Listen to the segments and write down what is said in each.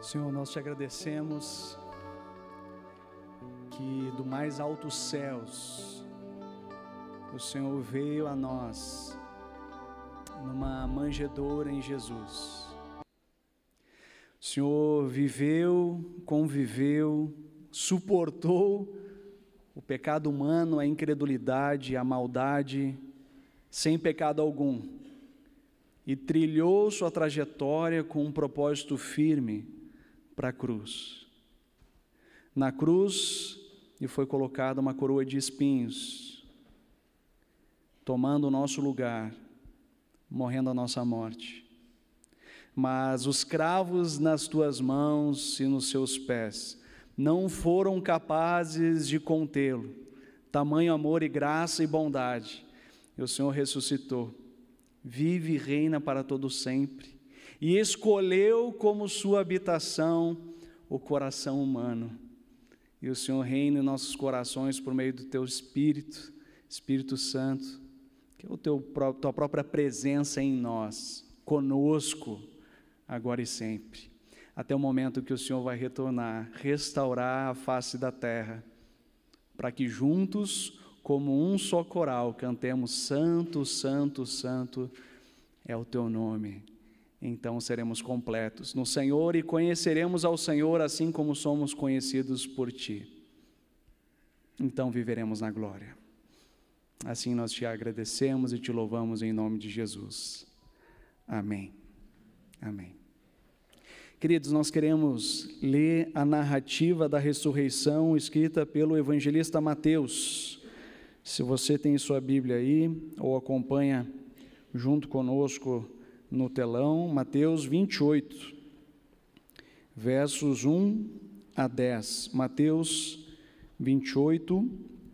Senhor, nós te agradecemos que do mais altos céus o Senhor veio a nós numa manjedoura em Jesus. O Senhor viveu, conviveu, suportou o pecado humano, a incredulidade, a maldade, sem pecado algum, e trilhou sua trajetória com um propósito firme para a cruz. Na cruz lhe foi colocada uma coroa de espinhos, tomando o nosso lugar, morrendo a nossa morte. Mas os cravos nas tuas mãos e nos seus pés não foram capazes de contê-lo. Tamanho amor e graça e bondade. E o Senhor ressuscitou, vive e reina para todo sempre, e escolheu como sua habitação o coração humano. E o Senhor reina em nossos corações por meio do teu Espírito, Espírito Santo, que é tua própria presença em nós, conosco, agora e sempre, até o momento que o Senhor vai retornar, restaurar a face da terra, para que juntos, como um só coral, cantemos: Santo, Santo, Santo é o teu nome. Então seremos completos no Senhor e conheceremos ao Senhor assim como somos conhecidos por Ti. Então viveremos na glória. Assim nós te agradecemos e te louvamos em nome de Jesus. Amém. Amém. Queridos, nós queremos ler a narrativa da ressurreição escrita pelo evangelista Mateus. Se você tem sua Bíblia aí, ou acompanha junto conosco no telão, Mateus 28, versos 1 a 10. Mateus 28,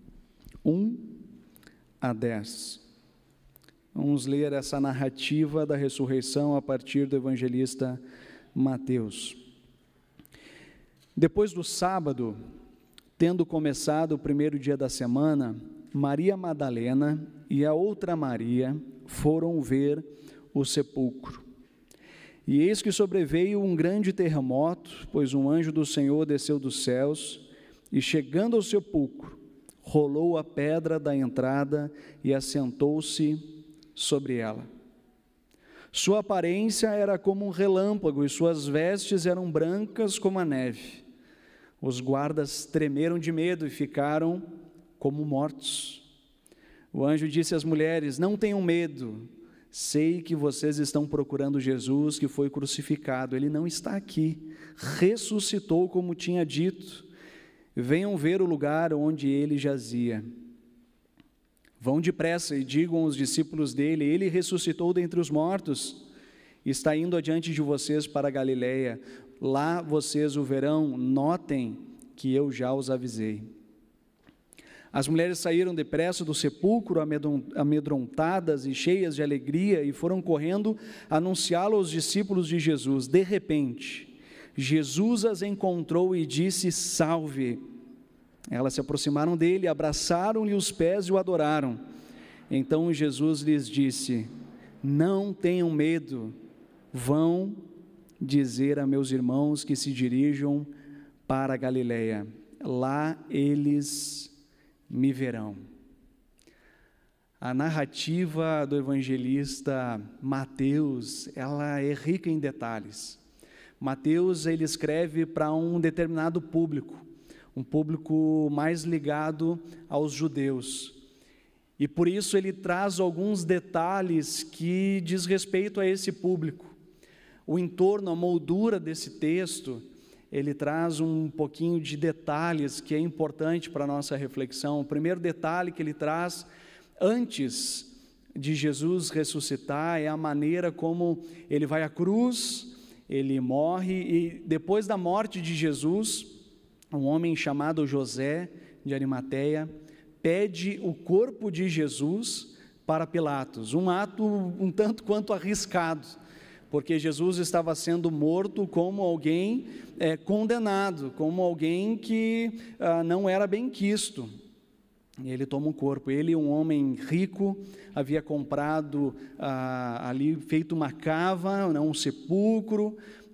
1 a 10. Vamos ler essa narrativa da ressurreição a partir do evangelista Mateus. Depois do sábado, tendo começado o primeiro dia da semana, Maria Madalena e a outra Maria foram ver o sepulcro. E eis que sobreveio um grande terremoto, pois um anjo do Senhor desceu dos céus, e chegando ao sepulcro, rolou a pedra da entrada e assentou-se sobre ela. Sua aparência era como um relâmpago, e suas vestes eram brancas como a neve. Os guardas tremeram de medo e ficaram como mortos. O anjo disse às mulheres: não tenham medo, sei que vocês estão procurando Jesus que foi crucificado. Ele não está aqui, ressuscitou como tinha dito. Venham ver o lugar onde ele jazia. Vão depressa e digam aos discípulos dele: ele ressuscitou dentre os mortos, está indo adiante de vocês para a Galileia, lá vocês o verão. Notem que eu já os avisei. As mulheres saíram depressa do sepulcro, amedrontadas e cheias de alegria, e foram correndo anunciá-lo aos discípulos de Jesus. De repente, Jesus as encontrou e disse: salve. Elas se aproximaram dele, abraçaram-lhe os pés e o adoraram. Então Jesus lhes disse: não tenham medo, vão dizer a meus irmãos que se dirijam para a Galileia, lá eles me verão. A narrativa do evangelista Mateus, ela é rica em detalhes. Mateus, ele escreve para um determinado público, um público mais ligado aos judeus, e por isso ele traz alguns detalhes que diz respeito a esse público. O entorno, a moldura desse texto, ele traz um pouquinho de detalhes que é importante para a nossa reflexão. O primeiro detalhe que ele traz antes de Jesus ressuscitar é a maneira como ele vai à cruz, ele morre, e depois da morte de Jesus, um homem chamado José de Arimateia pede o corpo de Jesus para Pilatos, um ato um tanto quanto arriscado, porque Jesus estava sendo morto como alguém condenado, como alguém que não era bem quisto. E ele toma um corpo. Ele, um homem rico, havia comprado ali, feito uma cava, um sepulcro,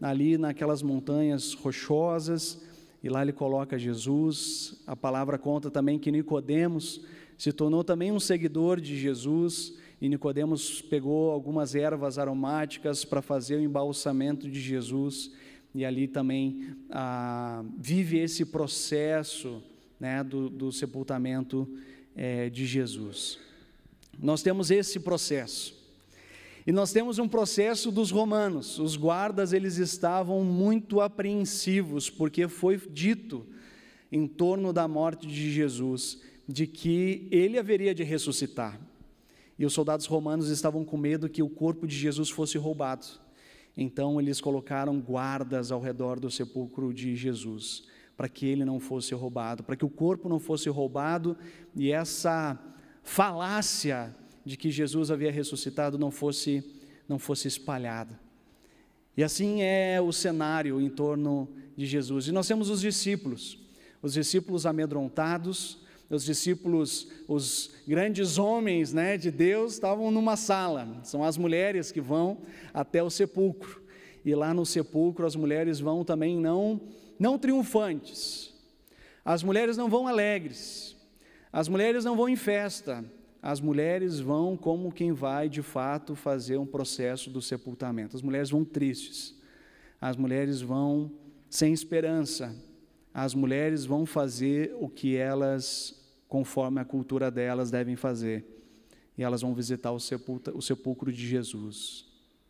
ali naquelas montanhas rochosas, e lá ele coloca Jesus. A palavra conta também que Nicodemos se tornou também um seguidor de Jesus, e Nicodemos pegou algumas ervas aromáticas para fazer o embalsamento de Jesus, e ali também vive esse processo, né, do sepultamento de Jesus. Nós temos esse processo, e nós temos um processo dos romanos. Os guardas, eles estavam muito apreensivos, porque foi dito em torno da morte de Jesus, de que ele haveria de ressuscitar, e os soldados romanos estavam com medo que o corpo de Jesus fosse roubado. Então eles colocaram guardas ao redor do sepulcro de Jesus, para que ele não fosse roubado, para que o corpo não fosse roubado, e essa falácia de que Jesus havia ressuscitado não fosse espalhada. E assim é o cenário em torno de Jesus. E nós temos os discípulos amedrontados. Os discípulos, os grandes homens, né, de Deus, estavam numa sala. São as mulheres que vão até o sepulcro, e lá no sepulcro as mulheres vão também não triunfantes, as mulheres não vão alegres, as mulheres não vão em festa, as mulheres vão como quem vai de fato fazer um processo do sepultamento. As mulheres vão tristes, as mulheres vão sem esperança, as mulheres vão fazer o que elas, conforme a cultura delas, devem fazer, e elas vão visitar o sepulcro de Jesus.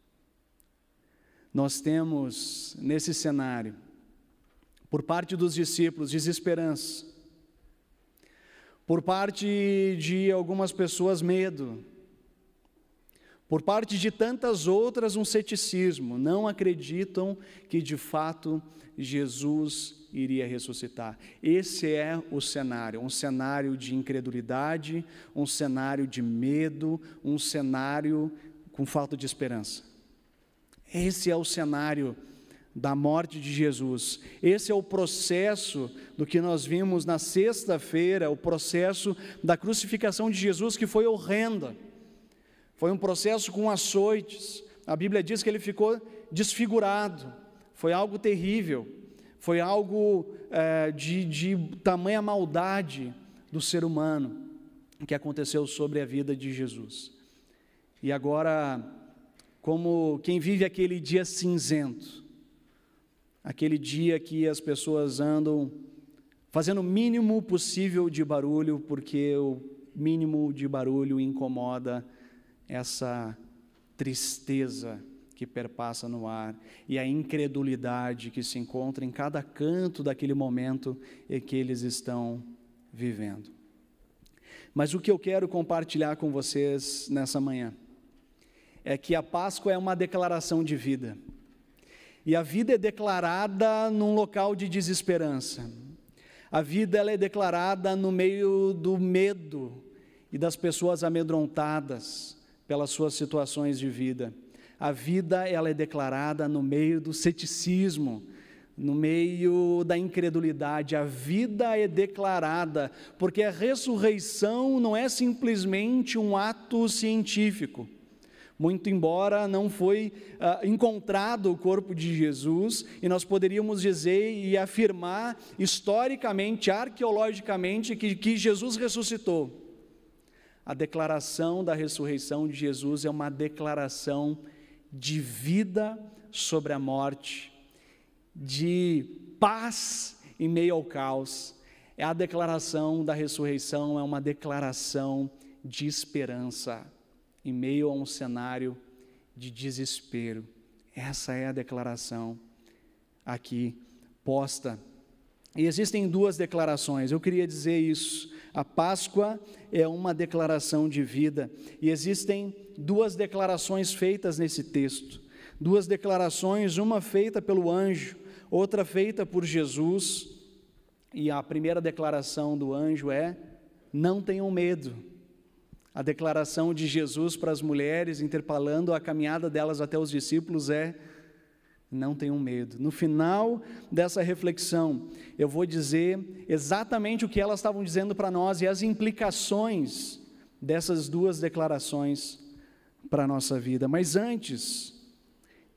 Nós temos nesse cenário, por parte dos discípulos, desesperança, por parte de algumas pessoas, medo, por parte de tantas outras, um ceticismo. Não acreditam que de fato Jesus iria ressuscitar. Esse é o cenário, um cenário de incredulidade, um cenário de medo, um cenário com falta de esperança. Esse é o cenário da morte de Jesus. Esse é o processo do que nós vimos na sexta-feira, o processo da crucificação de Jesus, que foi horrenda. Foi um processo com açoites. A Bíblia diz que ele ficou desfigurado. Foi algo terrível. Foi algo de tamanha maldade do ser humano que aconteceu sobre a vida de Jesus. E agora, como quem vive aquele dia cinzento, aquele dia que as pessoas andam fazendo o mínimo possível de barulho, porque o mínimo de barulho incomoda essa tristeza que perpassa no ar, e a incredulidade que se encontra em cada canto daquele momento em que eles estão vivendo. Mas o que eu quero compartilhar com vocês nessa manhã é que a Páscoa é uma declaração de vida, e a vida é declarada num local de desesperança. A vida, ela é declarada no meio do medo e das pessoas amedrontadas pelas suas situações de vida. A vida, ela é declarada no meio do ceticismo, no meio da incredulidade. A vida é declarada, porque a ressurreição não é simplesmente um ato científico. Muito embora não foi encontrado o corpo de Jesus, e nós poderíamos dizer e afirmar historicamente, arqueologicamente, que Jesus ressuscitou. A declaração da ressurreição de Jesus é uma declaração de vida sobre a morte, de paz em meio ao caos. É a declaração da ressurreição, é uma declaração de esperança em meio a um cenário de desespero. Essa é a declaração aqui posta. E existem duas declarações, eu queria dizer isso. A Páscoa é uma declaração de vida, e existem duas declarações feitas nesse texto. Duas declarações, uma feita pelo anjo, outra feita por Jesus. E a primeira declaração do anjo é: não tenham medo. A declaração de Jesus para as mulheres, interpelando a caminhada delas até os discípulos, é: não tenham medo. No final dessa reflexão, eu vou dizer exatamente o que elas estavam dizendo para nós e as implicações dessas duas declarações para a nossa vida. Mas antes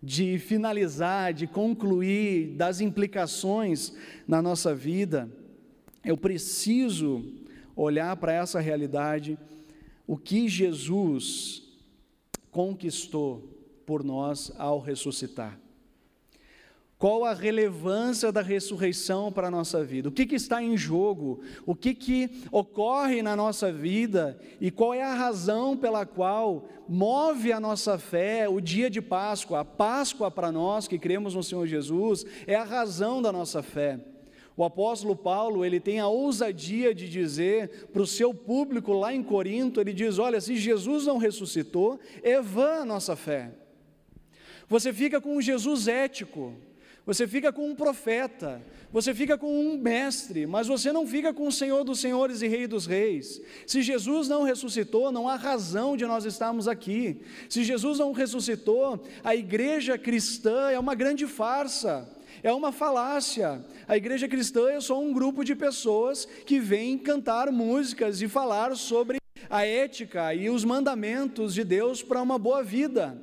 de finalizar, de concluir, das implicações na nossa vida, eu preciso olhar para essa realidade, o que Jesus conquistou por nós ao ressuscitar. Qual a relevância da ressurreição para a nossa vida? O que está em jogo? O que ocorre na nossa vida? E qual é a razão pela qual move a nossa fé o dia de Páscoa? A Páscoa para nós que cremos no Senhor Jesus é a razão da nossa fé. O apóstolo Paulo, ele tem a ousadia de dizer para o seu público lá em Corinto, ele diz, olha, se Jesus não ressuscitou, é vã a nossa fé. Você fica com um Jesus ético, você fica com um profeta, você fica com um mestre, mas você não fica com o Senhor dos senhores e Rei dos reis. Se Jesus não ressuscitou, não há razão de nós estarmos aqui. Se Jesus não ressuscitou, a igreja cristã é uma grande farsa, é uma falácia. A igreja cristã é só um grupo de pessoas que vêm cantar músicas e falar sobre a ética e os mandamentos de Deus para uma boa vida.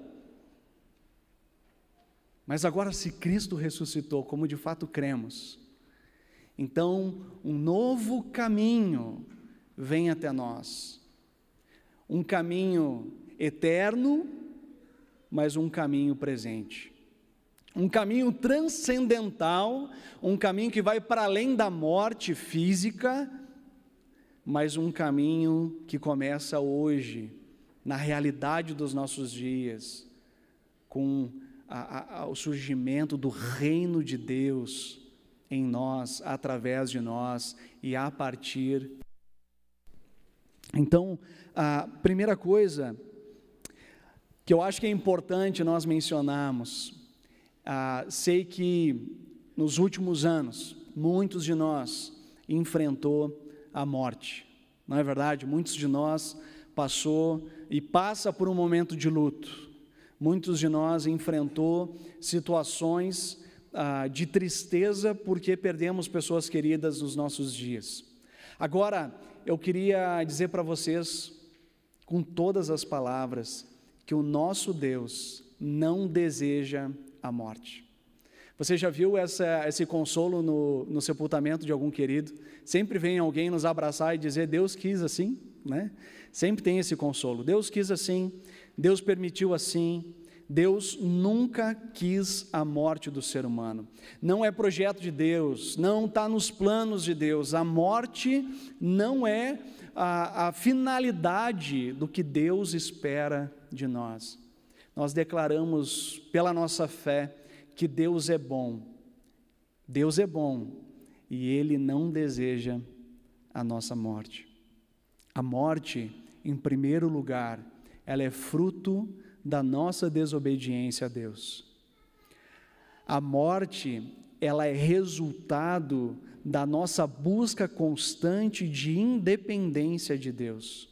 Mas agora, se Cristo ressuscitou, como de fato cremos, então um novo caminho vem até nós, um caminho eterno, mas um caminho presente, um caminho transcendental, um caminho que vai para além da morte física, mas um caminho que começa hoje, na realidade dos nossos dias, com o surgimento do reino de Deus em nós, através de nós e a partir. Então, a primeira coisa que eu acho que é importante nós mencionarmos, sei que nos últimos anos, muitos de nós enfrentou a morte, não é verdade? Muitos de nós passou e passa por um momento de luto. Muitos de nós enfrentou situações de tristeza porque perdemos pessoas queridas nos nossos dias. Agora, eu queria dizer para vocês, com todas as palavras, que o nosso Deus não deseja a morte. Você já viu esse consolo no sepultamento de algum querido? Sempre vem alguém nos abraçar e dizer, Deus quis assim, né? Sempre tem esse consolo, Deus quis assim, Deus permitiu assim. Deus nunca quis a morte do ser humano, não é projeto de Deus, não está nos planos de Deus, a morte não é a finalidade do que Deus espera de nós. Nós declaramos pela nossa fé que Deus é bom e Ele não deseja a nossa morte. A morte, em primeiro lugar, ela é fruto da nossa desobediência a Deus. A morte, ela é resultado da nossa busca constante de independência de Deus.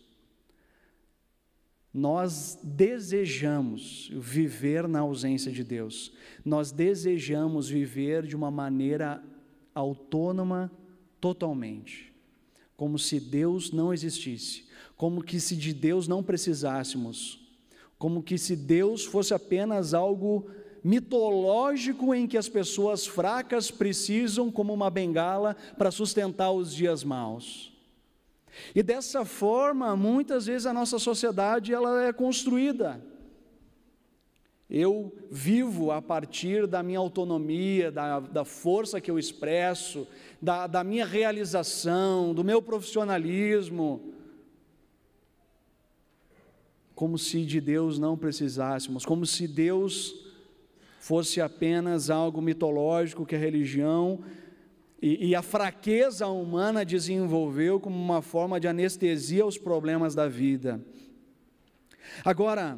Nós desejamos viver na ausência de Deus. Nós desejamos viver de uma maneira autônoma totalmente, como se Deus não existisse, como que se de Deus não precisássemos, como que se Deus fosse apenas algo mitológico em que as pessoas fracas precisam, como uma bengala, para sustentar os dias maus. E dessa forma, muitas vezes a nossa sociedade ela é construída. Eu vivo a partir da minha autonomia, da força que eu expresso, da minha realização, do meu profissionalismo, como se de Deus não precisássemos, como se Deus fosse apenas algo mitológico que a religião e a fraqueza humana desenvolveu como uma forma de anestesia aos problemas da vida. Agora,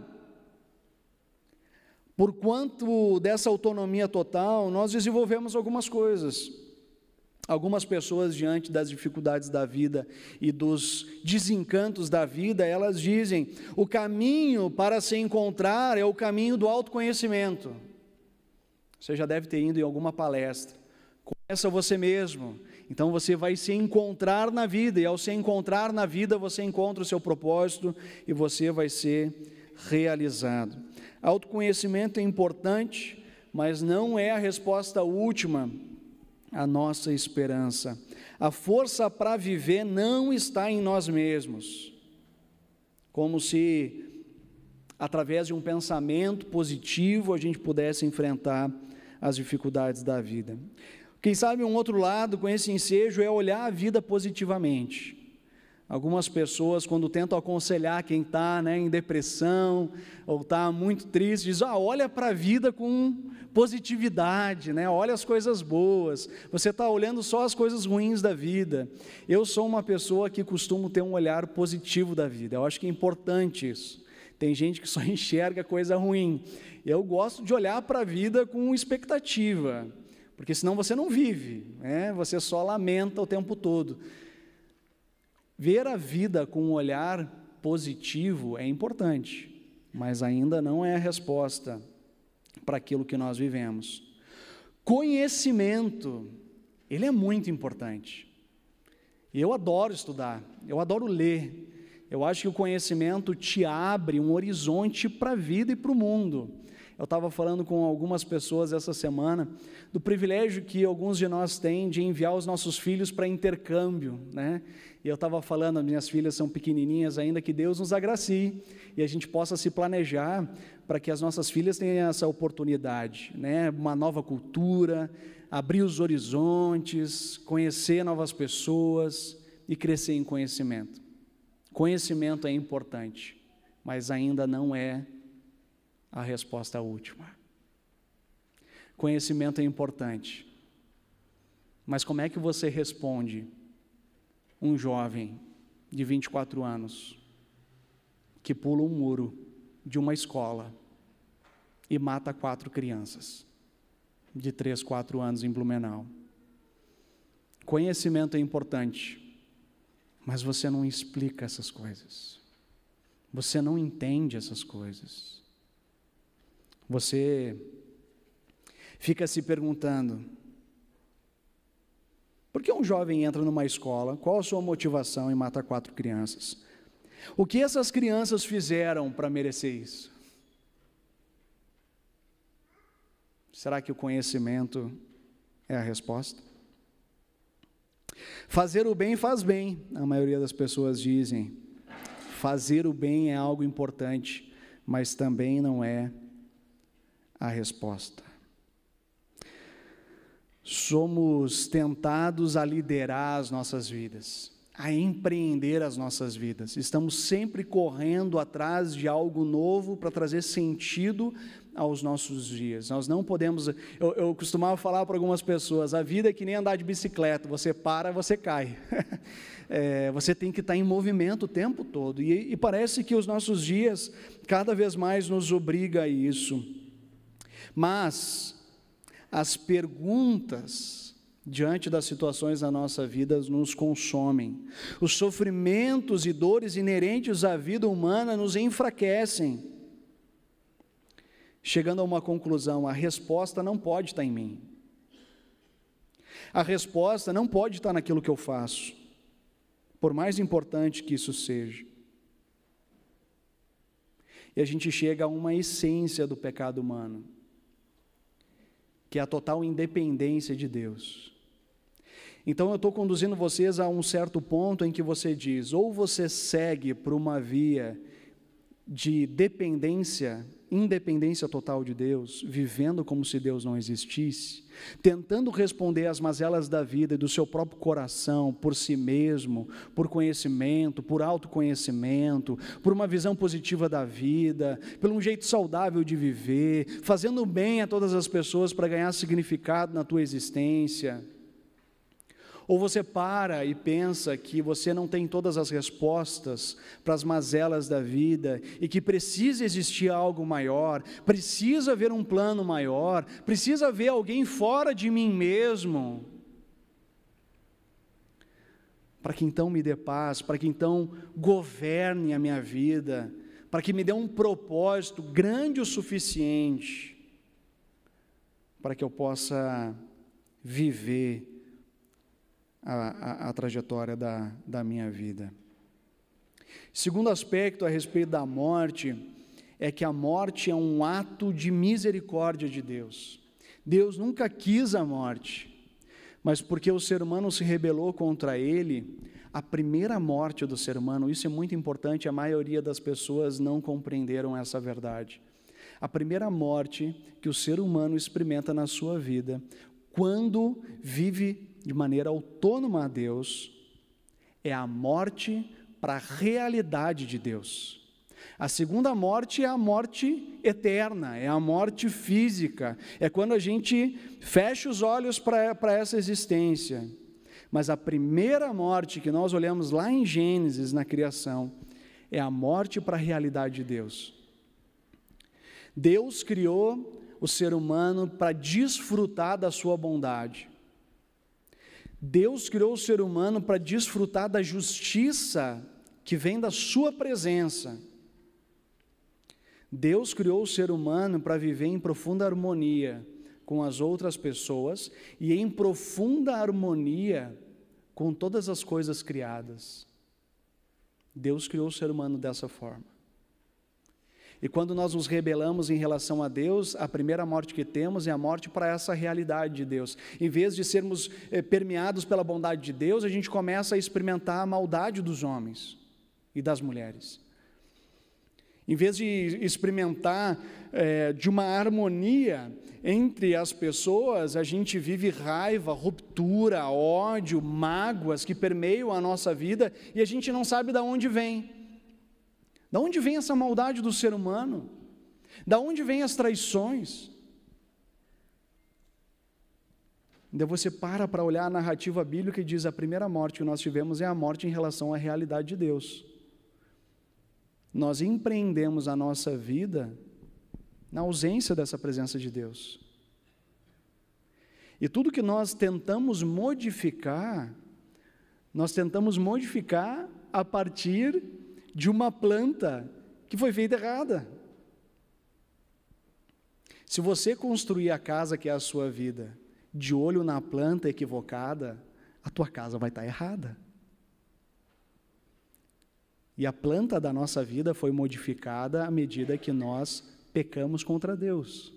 por quanto dessa autonomia total, nós desenvolvemos algumas coisas. Algumas pessoas, diante das dificuldades da vida e dos desencantos da vida, elas dizem, o caminho para se encontrar é o caminho do autoconhecimento. Você já deve ter ido em alguma palestra. Conheça você mesmo, então você vai se encontrar na vida, e ao se encontrar na vida, você encontra o seu propósito e você vai ser realizado. Autoconhecimento é importante, mas não é a resposta última à nossa esperança. A força para viver não está em nós mesmos, como se através de um pensamento positivo a gente pudesse enfrentar as dificuldades da vida. Quem sabe um outro lado com esse ensejo é olhar a vida positivamente. Algumas pessoas, quando tentam aconselhar quem está em depressão ou está muito triste, dizem, olha para a vida com positividade, olha as coisas boas, você está olhando só as coisas ruins da vida. Eu sou uma pessoa que costumo ter um olhar positivo da vida, eu acho que é importante isso. Tem gente que só enxerga coisa ruim. Eu gosto de olhar para a vida com expectativa, porque senão você não vive, você só lamenta o tempo todo. Ver a vida com um olhar positivo é importante, mas ainda não é a resposta para aquilo que nós vivemos. Conhecimento, ele é muito importante. E eu adoro estudar, eu adoro ler. Eu acho que o conhecimento te abre um horizonte para a vida e para o mundo. Eu estava falando com algumas pessoas essa semana do privilégio que alguns de nós têm de enviar os nossos filhos para intercâmbio, E eu estava falando, as minhas filhas são pequenininhas ainda, que Deus nos agracie e a gente possa se planejar para que as nossas filhas tenham essa oportunidade, Uma nova cultura, abrir os horizontes, conhecer novas pessoas e crescer em conhecimento. Conhecimento é importante, mas ainda não é a resposta última. Conhecimento é importante, mas como é que você responde um jovem de 24 anos que pula um muro de uma escola e mata 4 crianças de 3, 4 anos em Blumenau? Conhecimento é importante, mas você não explica essas coisas, você não entende essas coisas. Você fica se perguntando, por que um jovem entra numa escola, qual a sua motivação em matar 4 crianças? O que essas crianças fizeram para merecer isso? Será que o conhecimento é a resposta? Fazer o bem faz bem, a maioria das pessoas dizem. Fazer o bem é algo importante, mas também não é a resposta. Somos tentados a liderar as nossas vidas, a empreender as nossas vidas. Estamos sempre correndo atrás de algo novo para trazer sentido aos nossos dias. Nós não podemos... Eu costumava falar para algumas pessoas, a vida é que nem andar de bicicleta, você para, você cai. Você tem que estar em movimento o tempo todo. E parece que os nossos dias cada vez mais nos obriga a isso. Mas as perguntas diante das situações da nossa vida nos consomem. Os sofrimentos e dores inerentes à vida humana nos enfraquecem. Chegando a uma conclusão, a resposta não pode estar em mim. A resposta não pode estar naquilo que eu faço, por mais importante que isso seja. E a gente chega a uma essência do pecado humano, que é a total independência de Deus. Então eu estou conduzindo vocês a um certo ponto em que você diz, ou você segue por uma via de independência total de Deus, vivendo como se Deus não existisse, tentando responder às mazelas da vida e do seu próprio coração, por si mesmo, por conhecimento, por autoconhecimento, por uma visão positiva da vida, por um jeito saudável de viver, fazendo bem a todas as pessoas para ganhar significado na tua existência. Ou você para e pensa que você não tem todas as respostas para as mazelas da vida e que precisa existir algo maior, precisa haver um plano maior, precisa haver alguém fora de mim mesmo, para que então me dê paz, para que então governe a minha vida, para que me dê um propósito grande o suficiente, para que eu possa viver a trajetória da minha vida. Segundo aspecto a respeito da morte, é que a morte é um ato de misericórdia de Deus. Deus nunca quis a morte, mas porque o ser humano se rebelou contra ele, a primeira morte do ser humano, isso é muito importante, a maioria das pessoas não compreenderam essa verdade. A primeira morte que o ser humano experimenta na sua vida, quando vive de maneira autônoma a Deus, é a morte para a realidade de Deus. A segunda morte é a morte eterna, é a morte física, é quando a gente fecha os olhos para essa existência. Mas a primeira morte que nós olhamos lá em Gênesis, na criação, é a morte para a realidade de Deus. Deus criou o ser humano para desfrutar da sua bondade. Deus criou o ser humano para desfrutar da justiça que vem da sua presença. Deus criou o ser humano para viver em profunda harmonia com as outras pessoas e em profunda harmonia com todas as coisas criadas. Deus criou o ser humano dessa forma. E quando nós nos rebelamos em relação a Deus, a primeira morte que temos é a morte para essa realidade de Deus. Em vez de sermos permeados pela bondade de Deus, a gente começa a experimentar a maldade dos homens e das mulheres. Em vez de experimentar de uma harmonia entre as pessoas, a gente vive raiva, ruptura, ódio, mágoas que permeiam a nossa vida e a gente não sabe de onde vem. Da onde vem essa maldade do ser humano? Da onde vem as traições? Ainda você para olhar a narrativa bíblica e diz, a primeira morte que nós tivemos é a morte em relação à realidade de Deus. Nós empreendemos a nossa vida na ausência dessa presença de Deus. E tudo que nós tentamos modificar a partir de uma planta que foi feita errada. Se você construir a casa que é a sua vida, de olho na planta equivocada, a tua casa vai estar errada. E a planta da nossa vida foi modificada à medida que nós pecamos contra Deus.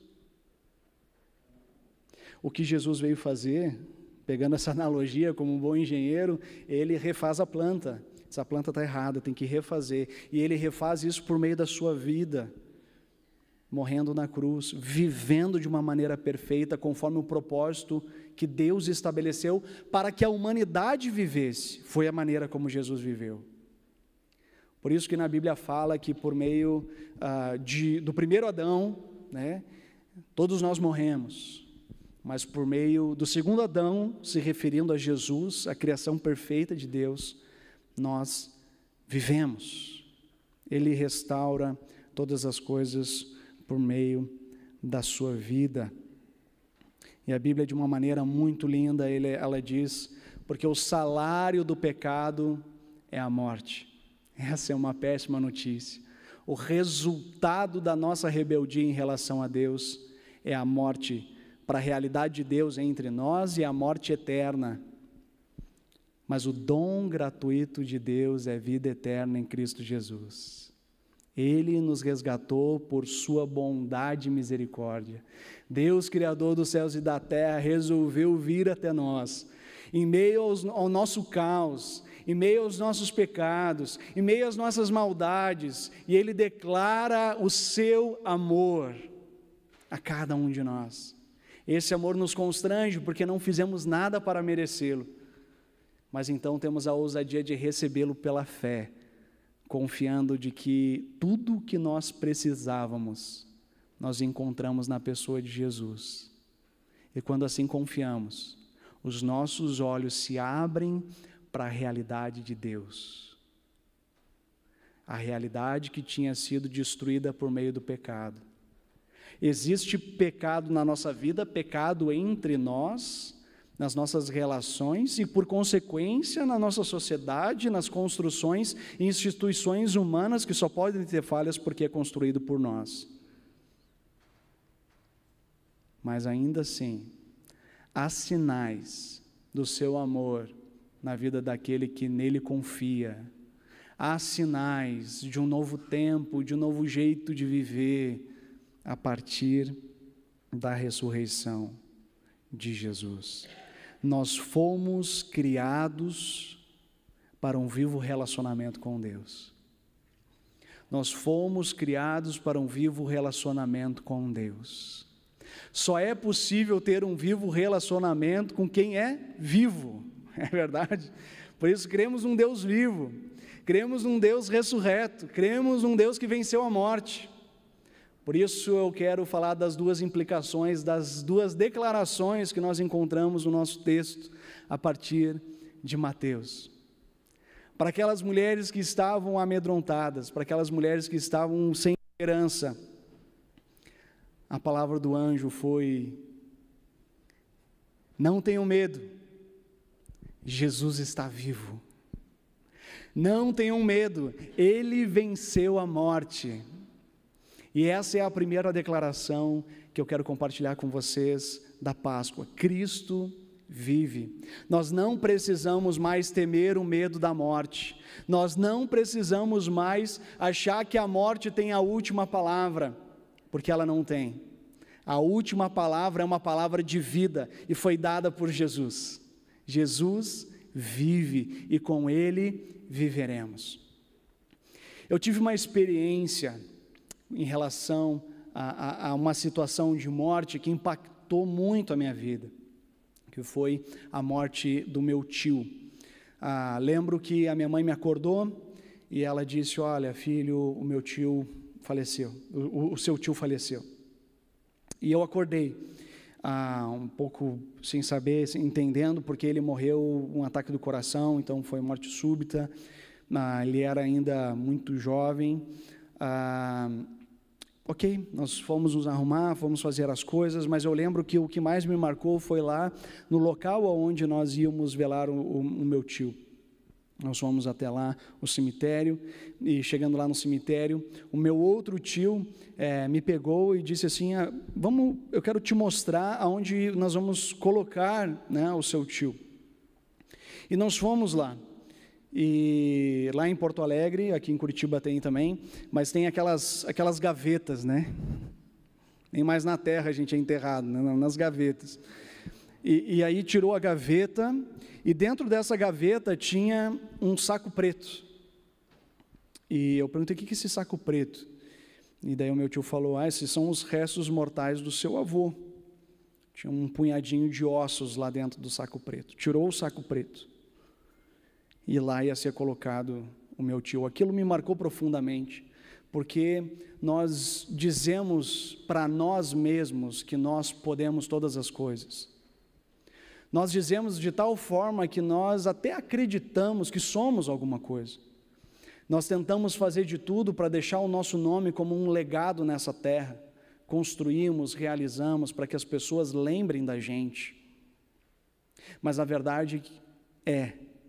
O que Jesus veio fazer, pegando essa analogia como um bom engenheiro, ele refaz a planta. Essa planta está errada, tem que refazer. E ele refaz isso por meio da sua vida, morrendo na cruz, vivendo de uma maneira perfeita, conforme o propósito que Deus estabeleceu para que a humanidade vivesse. Foi a maneira como Jesus viveu. Por isso que na Bíblia fala que por meio do primeiro Adão, né, todos nós morremos, mas por meio do segundo Adão, se referindo a Jesus, a criação perfeita de Deus, nós vivemos. Ele restaura todas as coisas por meio da sua vida. E a Bíblia, de uma maneira muito linda, ela diz, porque o salário do pecado é a morte. Essa é uma péssima notícia. O resultado da nossa rebeldia em relação a Deus é a morte para a realidade de Deus entre nós e a morte eterna. Mas o dom gratuito de Deus é vida eterna em Cristo Jesus. Ele nos resgatou por sua bondade e misericórdia. Deus, Criador dos céus e da terra, resolveu vir até nós, em meio ao nosso caos, em meio aos nossos pecados, em meio às nossas maldades, e Ele declara o seu amor a cada um de nós. Esse amor nos constrange porque não fizemos nada para merecê-lo, mas então temos a ousadia de recebê-lo pela fé, confiando de que tudo o que nós precisávamos, nós encontramos na pessoa de Jesus. E quando assim confiamos, os nossos olhos se abrem para a realidade de Deus. A realidade que tinha sido destruída por meio do pecado. Existe pecado na nossa vida, pecado entre nós, nas nossas relações e, por consequência, na nossa sociedade, nas construções e instituições humanas que só podem ter falhas porque é construído por nós. Mas ainda assim, há sinais do seu amor na vida daquele que nele confia. Há sinais de um novo tempo, de um novo jeito de viver a partir da ressurreição de Jesus. Nós fomos criados para um vivo relacionamento com Deus. Nós fomos criados para um vivo relacionamento com Deus. Só é possível ter um vivo relacionamento com quem é vivo, é verdade? Por isso cremos num Deus vivo, cremos num Deus ressurreto, cremos num Deus que venceu a morte. Por isso eu quero falar das duas implicações, das duas declarações que nós encontramos no nosso texto, a partir de Mateus. Para aquelas mulheres que estavam amedrontadas, para aquelas mulheres que estavam sem esperança, a palavra do anjo foi: não tenham medo, Jesus está vivo. Não tenham medo, Ele venceu a morte. E essa é a primeira declaração que eu quero compartilhar com vocês da Páscoa. Cristo vive. Nós não precisamos mais temer o medo da morte. Nós não precisamos mais achar que a morte tem a última palavra, porque ela não tem. A última palavra é uma palavra de vida e foi dada por Jesus. Jesus vive e com Ele viveremos. Eu tive uma experiência em relação a uma situação de morte que impactou muito a minha vida, que foi a morte do meu tio. Lembro que a minha mãe me acordou e ela disse: olha, filho, o meu tio faleceu, o seu tio faleceu. E eu acordei, um pouco sem saber, entendendo, porque ele morreu um ataque do coração, então foi morte súbita. Ele era ainda muito jovem. Ok, nós fomos nos arrumar, fomos fazer as coisas, mas eu lembro que o que mais me marcou foi lá no local onde nós íamos velar o meu tio. Nós fomos até lá, o cemitério, e chegando lá no cemitério, o meu outro tio me pegou e disse assim: eu quero te mostrar aonde nós vamos colocar, né, o seu tio. E nós fomos lá. E lá em Porto Alegre, aqui em Curitiba tem também, mas tem aquelas gavetas, né? Nem mais na terra a gente é enterrado, né? Nas gavetas. E aí tirou a gaveta, e dentro dessa gaveta tinha um saco preto. E eu perguntei: o que é esse saco preto? E daí o meu tio falou: esses são os restos mortais do seu avô. Tinha um punhadinho de ossos lá dentro do saco preto. Tirou o saco preto. E lá ia ser colocado o meu tio. Aquilo me marcou profundamente, porque nós dizemos para nós mesmos que nós podemos todas as coisas. Nós dizemos de tal forma que nós até acreditamos que somos alguma coisa. Nós tentamos fazer de tudo para deixar o nosso nome como um legado nessa terra. Construímos, realizamos para que as pessoas lembrem da gente. Mas a verdade é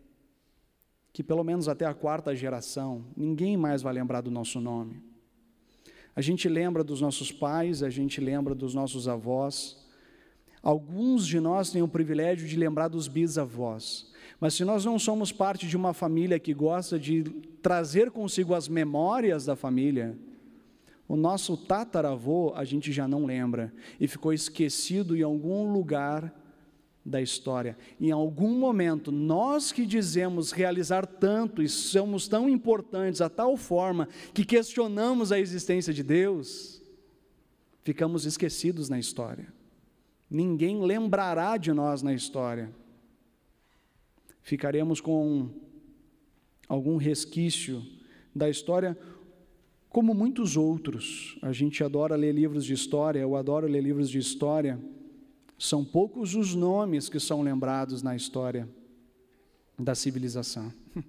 que pelo menos até a 4ª geração, ninguém mais vai lembrar do nosso nome. A gente lembra dos nossos pais, a gente lembra dos nossos avós. Alguns de nós têm o privilégio de lembrar dos bisavós. Mas se nós não somos parte de uma família que gosta de trazer consigo as memórias da família, o nosso tataravô a gente já não lembra e ficou esquecido em algum lugar da história. Em algum momento, nós que dizemos realizar tanto e somos tão importantes a tal forma que questionamos a existência de Deus, ficamos esquecidos na história. Ninguém lembrará de nós na história. Ficaremos com algum resquício da história, como muitos outros. A gente adora ler livros de história, eu adoro ler livros de história. São poucos os nomes que são lembrados na história da civilização.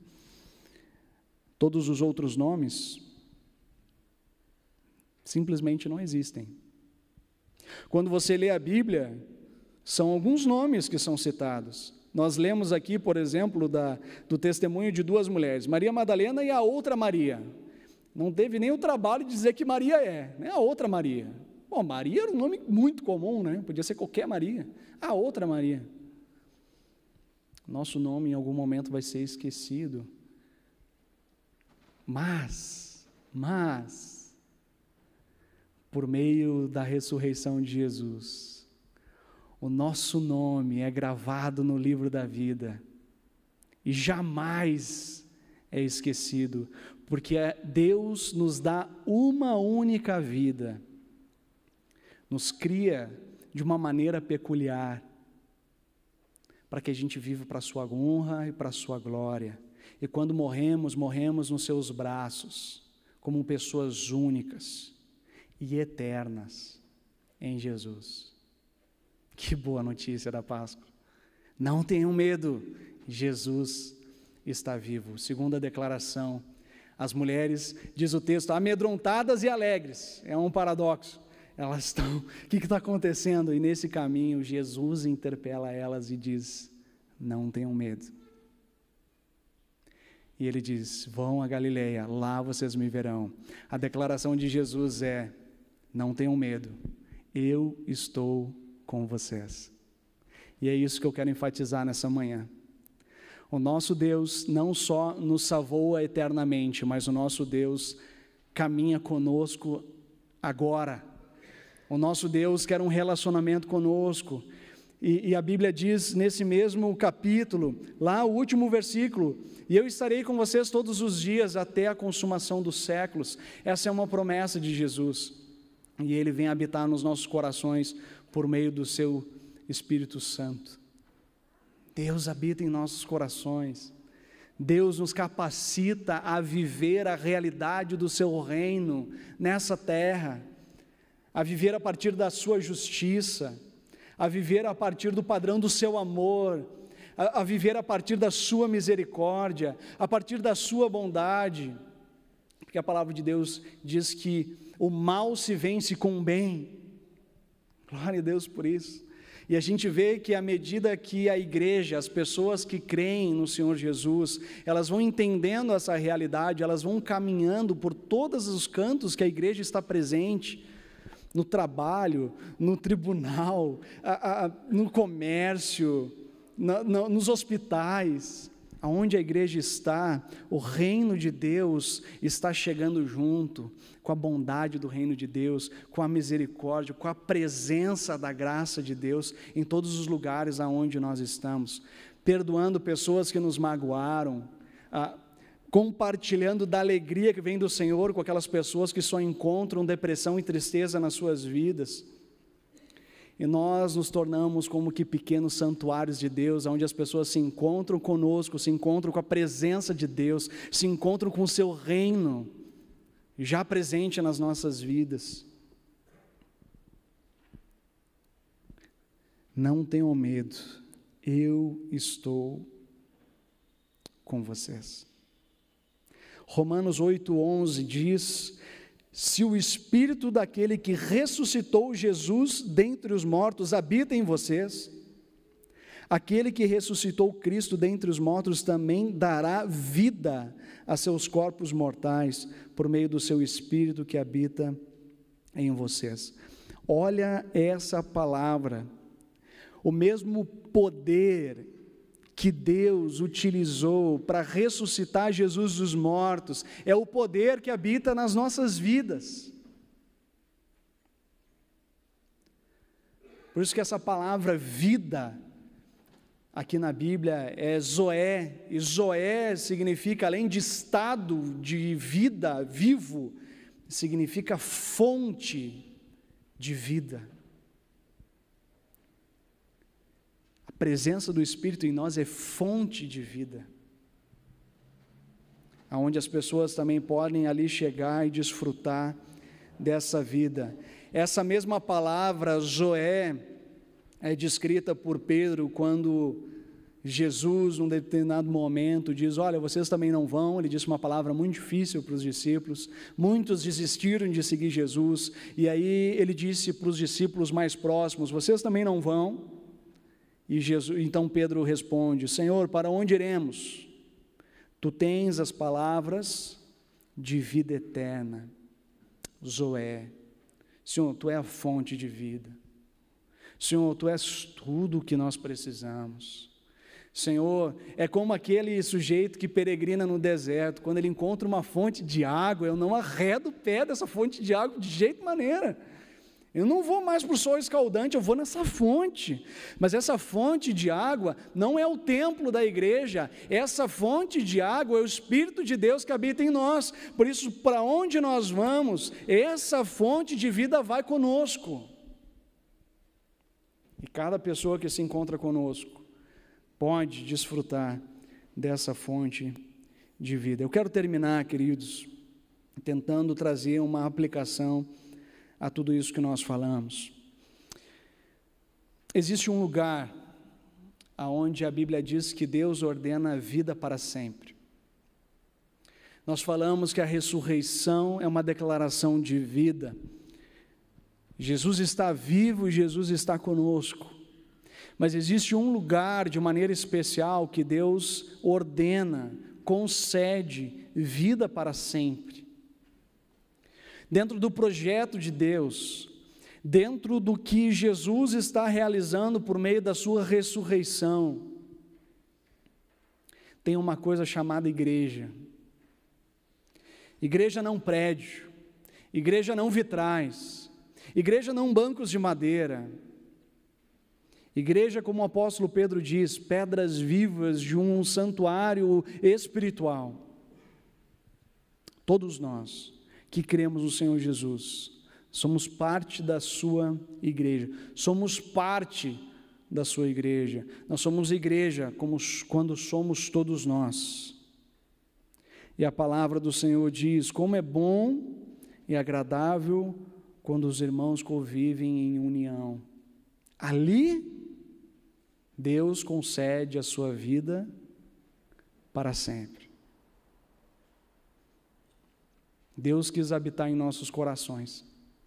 Todos os outros nomes simplesmente não existem. Quando você lê a Bíblia, são alguns nomes que são citados. Nós lemos aqui, por exemplo, do testemunho de 2 mulheres, Maria Madalena e a outra Maria. Não teve nem o trabalho de dizer que Maria né? A outra Maria. Bom, Maria era um nome muito comum, né? Podia ser qualquer Maria. A outra Maria. Nosso nome em algum momento vai ser esquecido. Mas, por meio da ressurreição de Jesus, o nosso nome é gravado no livro da vida e jamais é esquecido, porque Deus nos dá uma única vida, nos cria de uma maneira peculiar, para que a gente viva para a sua honra e para a sua glória. E quando morremos nos seus braços, como pessoas únicas e eternas em Jesus. Que boa notícia da Páscoa. Não tenham medo, Jesus está vivo. Segunda declaração, as mulheres, diz o texto, amedrontadas e alegres. É um paradoxo. Elas estão, o que está acontecendo? E nesse caminho, Jesus interpela elas e diz, não tenham medo. E ele diz, vão a Galileia, lá vocês me verão. A declaração de Jesus é, não tenham medo, eu estou com vocês. E é isso que eu quero enfatizar nessa manhã. O nosso Deus não só nos salvou eternamente, mas o nosso Deus caminha conosco agora. O nosso Deus quer um relacionamento conosco, e a Bíblia diz nesse mesmo capítulo, lá o último versículo, e eu estarei com vocês todos os dias até a consumação dos séculos. Essa é uma promessa de Jesus, e Ele vem habitar nos nossos corações por meio do seu Espírito Santo. Deus habita em nossos corações, Deus nos capacita a viver a realidade do seu reino nessa terra, a viver a partir da sua justiça, a viver a partir do padrão do seu amor, a viver a partir da sua misericórdia, a partir da sua bondade, porque a palavra de Deus diz que o mal se vence com o bem. Glória a Deus por isso. E a gente vê que à medida que a igreja, as pessoas que creem no Senhor Jesus, elas vão entendendo essa realidade, elas vão caminhando por todos os cantos que a igreja está presente, no trabalho, no tribunal, no comércio, nos hospitais, aonde a igreja está, o reino de Deus está chegando junto, com a bondade do reino de Deus, com a misericórdia, com a presença da graça de Deus, em todos os lugares aonde nós estamos, perdoando pessoas que nos magoaram, compartilhando da alegria que vem do Senhor com aquelas pessoas que só encontram depressão e tristeza nas suas vidas, e nós nos tornamos como que pequenos santuários de Deus, onde as pessoas se encontram conosco, se encontram com a presença de Deus, se encontram com o seu reino, já presente nas nossas vidas. Não tenham medo, eu estou com vocês. Romanos 8:11 diz, se o Espírito daquele que ressuscitou Jesus dentre os mortos habita em vocês, aquele que ressuscitou Cristo dentre os mortos também dará vida a seus corpos mortais, por meio do seu Espírito que habita em vocês. Olha essa palavra, o mesmo poder que Deus utilizou para ressuscitar Jesus dos mortos, é o poder que habita nas nossas vidas. Por isso que essa palavra vida, aqui na Bíblia é Zoé, e Zoé significa, além de estado de vida, vivo, significa fonte de vida. A presença do Espírito em nós é fonte de vida, aonde as pessoas também podem ali chegar e desfrutar dessa vida. Essa mesma palavra, Zoé, é descrita por Pedro quando Jesus, num determinado momento, diz, olha, vocês também não vão. Ele disse uma palavra muito difícil para os discípulos, muitos desistiram de seguir Jesus, e aí ele disse para os discípulos mais próximos, vocês também não vão? E então Pedro responde, Senhor, para onde iremos? Tu tens as palavras de vida eterna. Zoé, Senhor, Tu é a fonte de vida. Senhor, Tu és tudo o que nós precisamos. Senhor, é como aquele sujeito que peregrina no deserto, quando ele encontra uma fonte de água, eu não arredo o pé dessa fonte de água de jeito maneira. Eu não vou mais para o sol escaldante, eu vou nessa fonte. Mas essa fonte de água não é o templo da igreja, essa fonte de água é o Espírito de Deus que habita em nós. Por isso, para onde nós vamos, essa fonte de vida vai conosco. E cada pessoa que se encontra conosco pode desfrutar dessa fonte de vida. Eu quero terminar, queridos, tentando trazer uma aplicação a tudo isso que nós falamos. Existe um lugar aonde a Bíblia diz que Deus ordena a vida para sempre. Nós falamos que a ressurreição é uma declaração de vida. Jesus está vivo e Jesus está conosco. Mas existe um lugar de maneira especial que Deus ordena, concede vida para sempre. Dentro do projeto de Deus, dentro do que Jesus está realizando por meio da sua ressurreição, tem uma coisa chamada igreja. Igreja não prédio, igreja não vitrais, igreja não bancos de madeira. Igreja, como o apóstolo Pedro diz, pedras vivas de um santuário espiritual. Todos nós que cremos no Senhor Jesus, somos parte da sua igreja, somos parte da sua igreja. Nós somos igreja quando somos todos nós. E a palavra do Senhor diz, como é bom e agradável quando os irmãos convivem em união. Ali, Deus concede a sua vida para sempre. Deus quis habitar em nossos corações.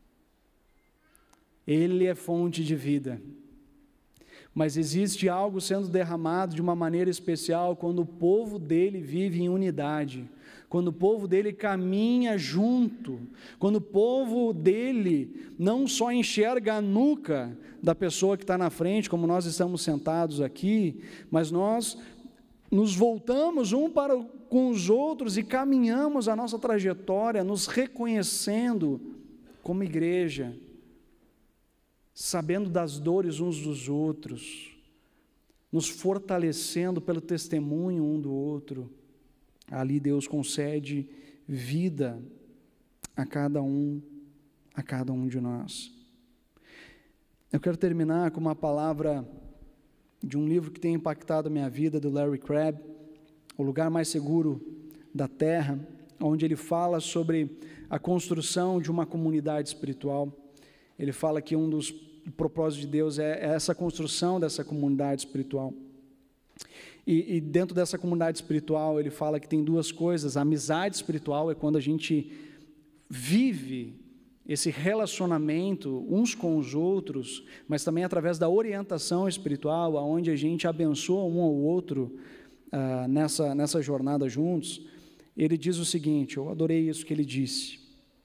Ele é fonte de vida. Mas existe algo sendo derramado de uma maneira especial quando o povo dele vive em unidade, quando o povo dele caminha junto, quando o povo dele não só enxerga a nuca da pessoa que está na frente, como nós estamos sentados aqui, mas nós nos voltamos para com os outros e caminhamos a nossa trajetória, nos reconhecendo como igreja, sabendo das dores uns dos outros, nos fortalecendo pelo testemunho um do outro. Ali Deus concede vida a cada um de nós. Eu quero terminar com uma palavra de um livro que tem impactado a minha vida, do Larry Crabb, O Lugar Mais Seguro da Terra, onde ele fala sobre a construção de uma comunidade espiritual. Ele fala que um dos propósitos de Deus é essa construção dessa comunidade espiritual. E dentro dessa comunidade espiritual, ele fala que tem duas coisas. A amizade espiritual é quando a gente vive esse relacionamento uns com os outros, mas também através da orientação espiritual, onde a gente abençoa um ao outro nessa jornada juntos. Ele diz o seguinte, eu adorei isso que ele disse: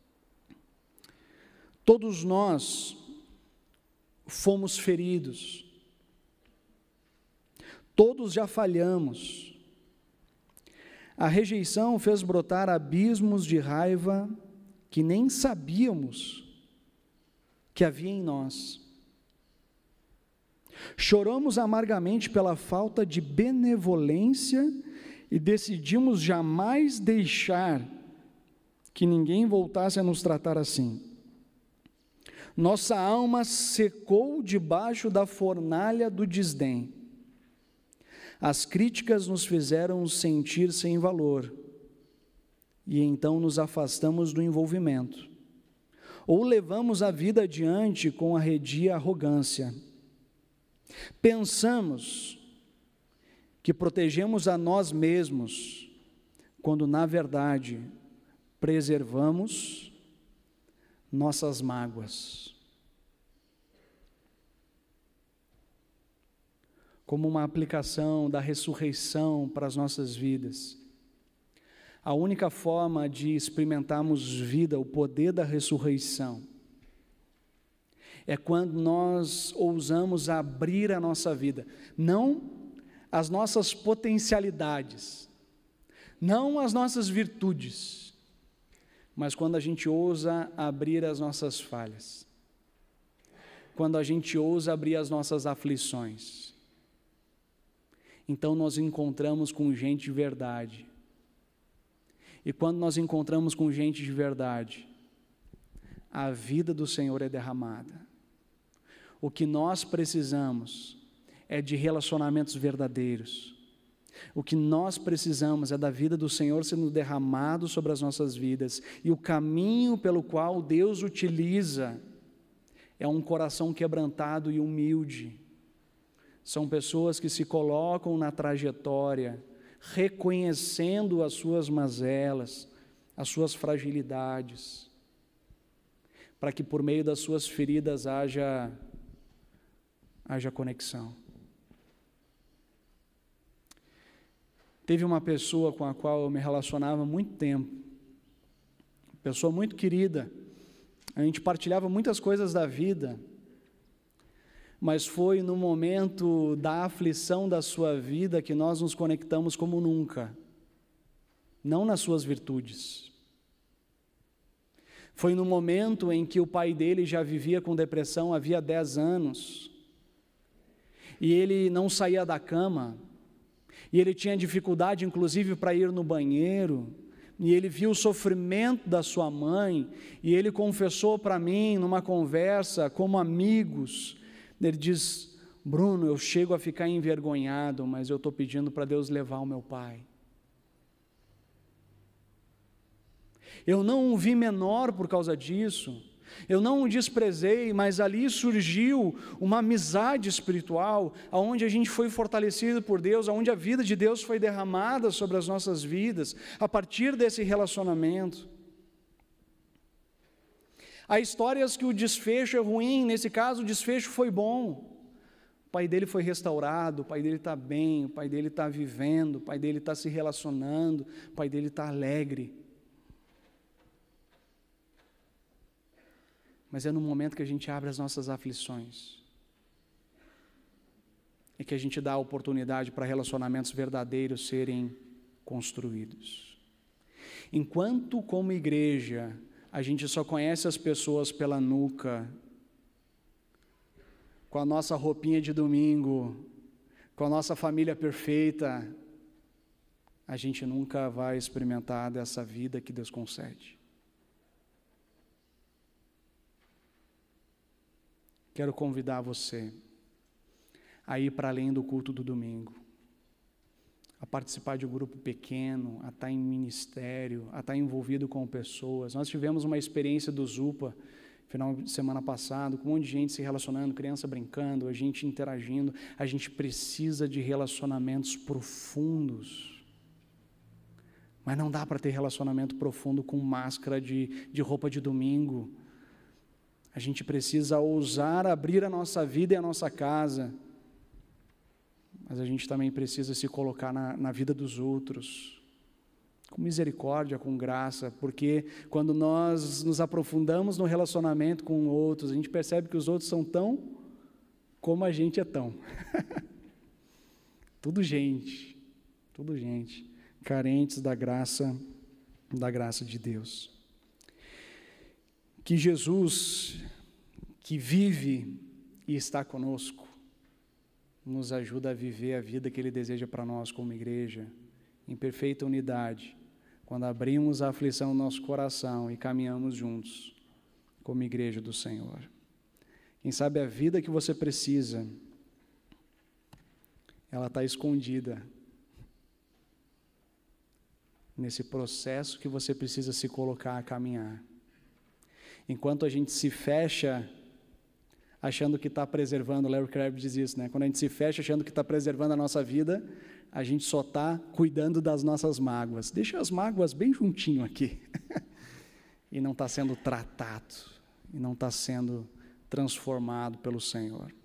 todos nós fomos feridos, todos já falhamos. A rejeição fez brotar abismos de raiva que nem sabíamos que havia em nós. Choramos amargamente pela falta de benevolência e decidimos jamais deixar que ninguém voltasse a nos tratar assim. Nossa alma secou debaixo da fornalha do desdém. As críticas nos fizeram sentir sem valor, e então nos afastamos do envolvimento, ou levamos a vida adiante com arredia arrogância. Pensamos que protegemos a nós mesmos, quando na verdade preservamos nossas mágoas. Como uma aplicação da ressurreição para as nossas vidas, a única forma de experimentarmos vida, o poder da ressurreição, é quando nós ousamos abrir a nossa vida, não as nossas potencialidades, não as nossas virtudes, mas quando a gente ousa abrir as nossas falhas, quando a gente ousa abrir as nossas aflições, então nós encontramos com gente de verdade. E quando nós encontramos com gente de verdade, a vida do Senhor é derramada. O que nós precisamos é de relacionamentos verdadeiros. O que nós precisamos é da vida do Senhor sendo derramado sobre as nossas vidas. E o caminho pelo qual Deus utiliza é um coração quebrantado e humilde. São pessoas que se colocam na trajetória, reconhecendo as suas mazelas, as suas fragilidades, para que por meio das suas feridas haja conexão. Teve uma pessoa com a qual eu me relacionava há muito tempo, pessoa muito querida, a gente partilhava muitas coisas da vida, mas foi no momento da aflição da sua vida que nós nos conectamos como nunca, não nas suas virtudes. Foi no momento em que o pai dele já vivia com depressão havia 10 anos, e ele não saía da cama, e ele tinha dificuldade inclusive para ir no banheiro, e ele viu o sofrimento da sua mãe, e ele confessou para mim numa conversa como amigos, ele diz: Bruno, eu chego a ficar envergonhado, mas eu estou pedindo para Deus levar o meu pai. Eu não o vi menor por causa disso, eu não o desprezei, mas ali surgiu uma amizade espiritual, onde a gente foi fortalecido por Deus, onde a vida de Deus foi derramada sobre as nossas vidas, a partir desse relacionamento. Há histórias que o desfecho é ruim, nesse caso o desfecho foi bom. O pai dele foi restaurado, o pai dele está bem, o pai dele está vivendo, o pai dele está se relacionando, o pai dele está alegre. Mas é no momento que a gente abre as nossas aflições, é que a gente dá a oportunidade para relacionamentos verdadeiros serem construídos. Enquanto como igreja, a gente só conhece as pessoas pela nuca, com a nossa roupinha de domingo, com a nossa família perfeita, a gente nunca vai experimentar dessa vida que Deus concede. Quero convidar você a ir para além do culto do domingo, a participar de um grupo pequeno, a estar em ministério, a estar envolvido com pessoas. Nós tivemos uma experiência do Zupa, final de semana passado, com um monte de gente se relacionando, criança brincando, a gente interagindo. A gente precisa de relacionamentos profundos, mas não dá para ter relacionamento profundo com máscara de roupa de domingo. A gente precisa ousar abrir a nossa vida e a nossa casa, mas a gente também precisa se colocar na vida dos outros, com misericórdia, com graça, porque quando nós nos aprofundamos no relacionamento com outros, a gente percebe que os outros são tão como a gente é tão. Tudo gente, carentes da graça de Deus. Que Jesus, que vive e está conosco, nos ajuda a viver a vida que Ele deseja para nós como igreja, em perfeita unidade, quando abrimos a aflição no nosso coração e caminhamos juntos como igreja do Senhor. Quem sabe a vida que você precisa, ela está escondida nesse processo que você precisa se colocar a caminhar. Enquanto a gente se fecha achando que está preservando, Larry Crabb diz isso, né? Quando a gente se fecha achando que está preservando a nossa vida, a gente só está cuidando das nossas mágoas. Deixa as mágoas bem juntinho aqui. E não está sendo tratado, e não está sendo transformado pelo Senhor.